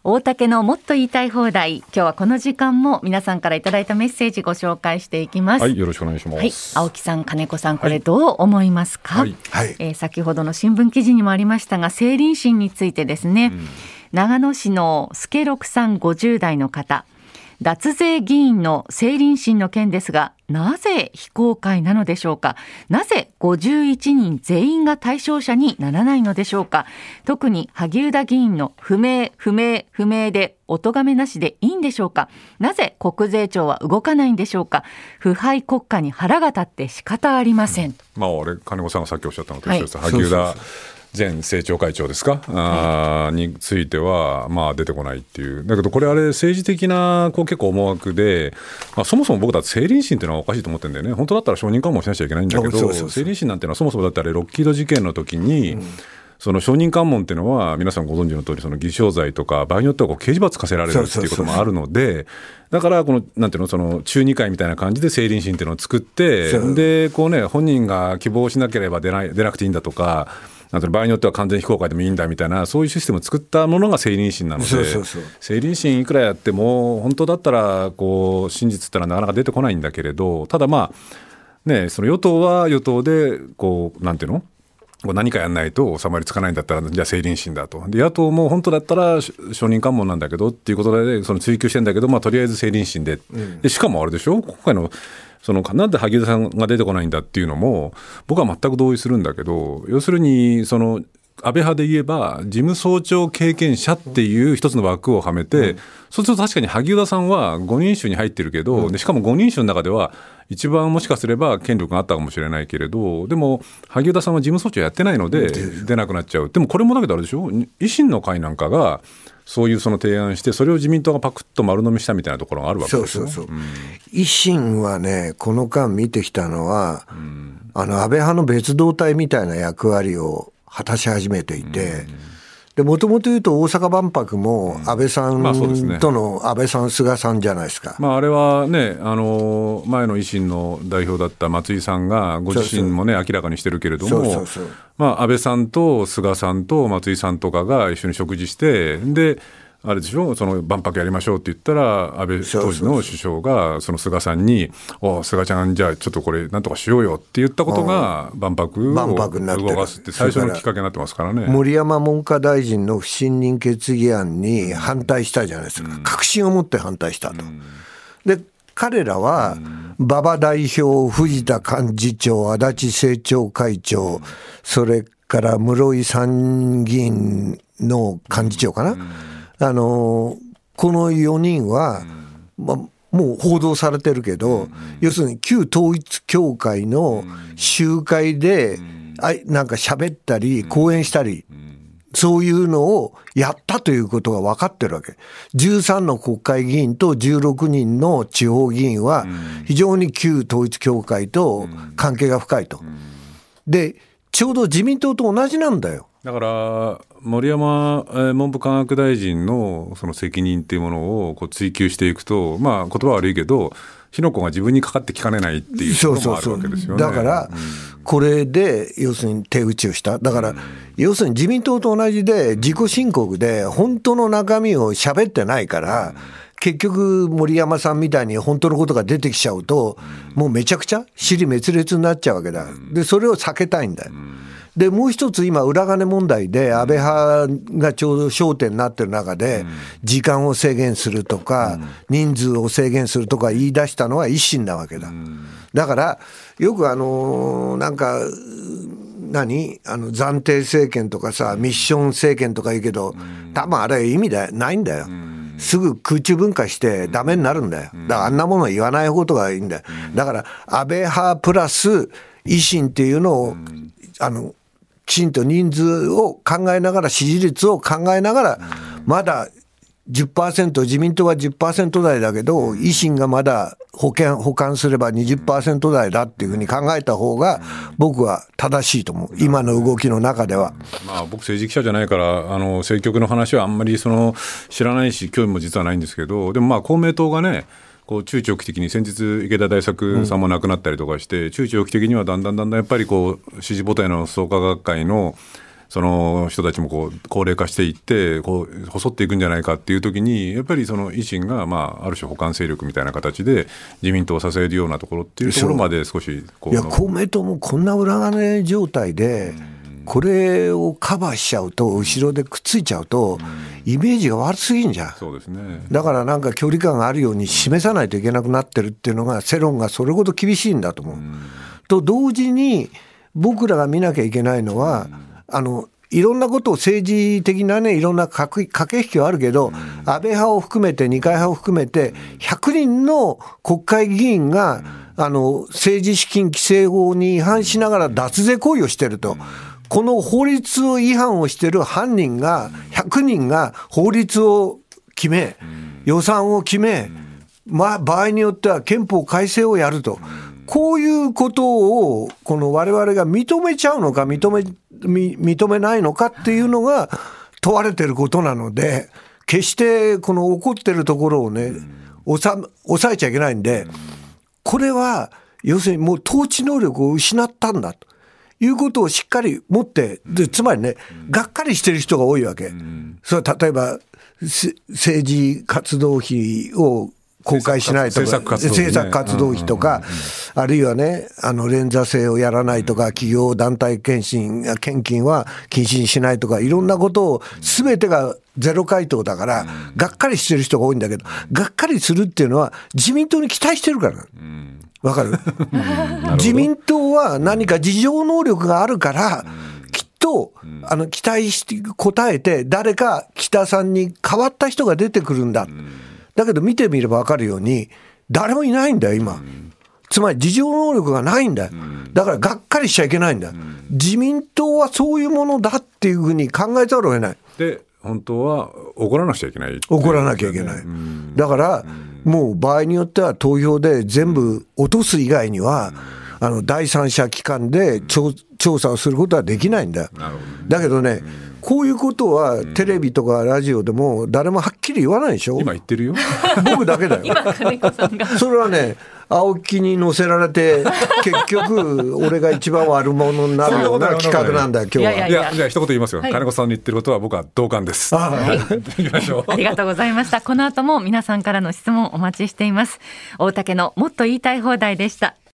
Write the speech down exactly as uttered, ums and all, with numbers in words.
大竹のもっと言いたい放題、今日はこの時間も皆さんからいただいたメッセージご紹介していきます。 はい、よろしくお願いします。 はい、青木さん、金子さん、これどう思いますか？ はいはいえー、先ほどの新聞記事にもありましたが、政倫審についてですね、うん、長野市の助六さんごじゅう代の方、脱税議員の政倫審の件ですが、なぜ非公開なのでしょうか。なぜごじゅういちにん全員が対象者にならないのでしょうか。特に萩生田議員の不明不明不明でお咎めなしでいいんでしょうか。なぜ国税庁は動かないんでしょうか。腐敗国家に腹が立って仕方ありません、うん、 まあ、あれ金子さんがさっきおっしゃったのと一緒です、はい、萩生田前政調会長ですか、あについてはまあ出てこないっていう。だけどこれあれ政治的なこう結構思惑で、まあ、そもそも僕だって政倫審っていうのはおかしいと思ってるんだよね。本当だったら証人喚問しなきゃいけないんだけど、政倫審なんていうのはそもそもだってあれロッキード事件の時に、うん、その証人喚問っていうのは皆さんご存知の通りその偽証罪とか場合によってはこう刑事罰課せられるっていうこともあるので、だからこのなんていうのその中二会みたいな感じで政倫審っていうのを作って、でこうね本人が希望しなければ出ない出なくていいんだとか、なんていうの場合によっては完全非公開でもいいんだみたいな、そういうシステムを作ったものが政倫審なので、そうそうそう、政倫審いくらやっても本当だったらこう真実ってのはなかなか出てこないんだけれど、ただまあね、その与党は与党でこうなんていうの何かやんないと収まりつかないんだったらじゃあ政倫審だと。で野党も本当だったら証人喚問なんだけどっていうことでその追及してんだけど、まあ、とりあえず政倫審 で,、うん、でしかもあれでしょ、今回のそのなんで萩生田さんが出てこないんだっていうのも僕は全く同意するんだけど、要するにその安倍派で言えば事務総長経験者っていう一つの枠をはめて、うん、そうすると確かに萩生田さんはごにん衆に入ってるけど、うん、でしかもごにん衆の中では一番もしかすれば権力があったかもしれないけれど、でも萩生田さんは事務総長やってないので出なくなっちゃう。でもこれもだけどあれでしょ、維新の会なんかがそういうその提案してそれを自民党がパクッと丸飲みしたみたいなところがあるわけですよ。 そうそうそう、うん、維新はねこの間見てきたのは、うん、あの安倍派の別動隊みたいな役割を果たし始めていて、もともと言うと大阪万博も安倍さんとの安倍さん菅さんじゃないですか、 まあ、あれはねあの前の維新の代表だった松井さんがご自身もね明らかにしてるけれども、そうそうそう、まあ、安倍さんと菅さんと松井さんとかが一緒に食事してであれでしょ、その万博やりましょうって言ったら安倍当時の首相がその菅さんにお菅ちゃんじゃあちょっとこれなんとかしようよって言ったことが万博を動かすって最初のきっかけになってますからね。 森山文科大臣の不信任決議案に反対したじゃないですか、うん、確信を持って反対したと、うん、で彼らは馬場代表、藤田幹事長、足立政調会長、それから室井参議院の幹事長かな、うん、あのこのよにんは、うんま、もう報道されてるけど、うん、要するに旧統一教会の集会で、うん、あなんか喋ったり講演したり、うん、そういうのをやったということが分かってるわけ。じゅうさんの国会議員とじゅうろくにんの地方議員は非常に旧統一教会と関係が深いと。でちょうど自民党と同じなんだよ。 だから森山文部科学大臣 の, その責任っていうものをこう追及していくと、まあ、言葉は悪いけど火の粉が自分にかかってきかねないっていうこともあるわけですよね。 そうそうそう、だからこれで要するに手打ちをした。だから要するに自民党と同じで自己申告で本当の中身を喋ってないから、結局森山さんみたいに本当のことが出てきちゃうともうめちゃくちゃ支離滅裂になっちゃうわけだ。でそれを避けたいんだよ。でもう一つ今裏金問題で安倍派がちょうど焦点になってる中で時間を制限するとか人数を制限するとか言い出したのは維新なわけだ。だからよくあのなんか何あの暫定政権とかさミッション政権とか言うけど多分あれ意味だないんだよ。すぐ空中分解してダメになるんだよ。だからあんなものは言わないことがいいんだよ。だから安倍派プラス維新っていうのをあのきちんと人数を考えながら支持率を考えながらまだ じゅっパーセント 自民党は じゅっパーセント 台だけど維新がまだ保険保管すれば にじゅっパーセント 台だっていうふうに考えた方が僕は正しいと思う。今の動きの中では、 まあ、僕政治記者じゃないからあの政局の話はあんまりその知らないし興味も実はないんですけど、でもまあ公明党がねこう中長期的に先日池田大作さんも亡くなったりとかして、うん、中長期的にはだんだんだんだんやっぱりこう支持母体の創価学会のその人たちもこう高齢化していってこう細っていくんじゃないかっていう時にやっぱりその維新が、まあ、ある種補完勢力みたいな形で自民党を支えるようなところっていうところまで少しこういや公明党もこんな裏金状態でこれをカバーしちゃうと後ろでくっついちゃうとイメージが悪すぎんじゃん。 そうですね。 だからなんか距離感があるように示さないといけなくなってるっていうのが世論がそれほど厳しいんだと思う。と同時に僕らが見なきゃいけないのはあのいろんなことを政治的なねいろんな駆け引きはあるけど安倍派を含めて二階派を含めてひゃくにんの国会議員があの政治資金規正法に違反しながら脱税行為をしていると。この法律違反をしている犯人がひゃくにんが法律を決め予算を決め、まあ、場合によっては憲法改正をやるとこういうことをこの我々が認めちゃうのか認め、認めないのかっていうのが問われていることなので決してこの起こっているところをね抑えちゃいけないんでこれは要するにもう統治能力を失ったんだということをしっかり持ってでつまりねがっかりしてる人が多いわけ。それは例えば政治活動費を公開しないとか政策活動、ね、 政策活動費とか、うんうん、あるいはねあの連座制をやらないとか、うん、企業団体献金献金は禁止にしないとかいろんなことを全てがゼロ回答だから、うん、がっかりしてる人が多いんだけどがっかりするっていうのは自民党に期待してるからうんわかる自民党は何か自浄能力があるから、うん、きっと、うん、あの期待して答えて誰か北さんに変わった人が出てくるんだ、うん、だけど見てみれば分かるように誰もいないんだよ今、うん、つまり自浄能力がないんだよ、うん、だからがっかりしちゃいけないんだ、うん、自民党はそういうものだっていうふうに考えざるを得ない。 で本当は怒らなくちゃいけない、ね、 怒らなきゃいけない、うん、だから、うん、もう場合によっては投票で全部落とす以外には、うん、あの第三者機関で調、うん、調査をすることはできないんだよ。なるほどね。だけどね、うん、こういうことはテレビとかラジオでも誰もはっきり言わないでしょ。 今言ってるよ僕だけだよ今金子さんがそれはね青木に乗せられて結局俺が一番悪者になるような企画なんだよ今日は。 いやいやいやじゃあ一言言いますよ、はい、金子さんの言ってることは僕は同感です。あ、はい、 行きましょう。ありがとうございました。この後も皆さんからの質問お待ちしています。大竹のもっと言いたい放題でした。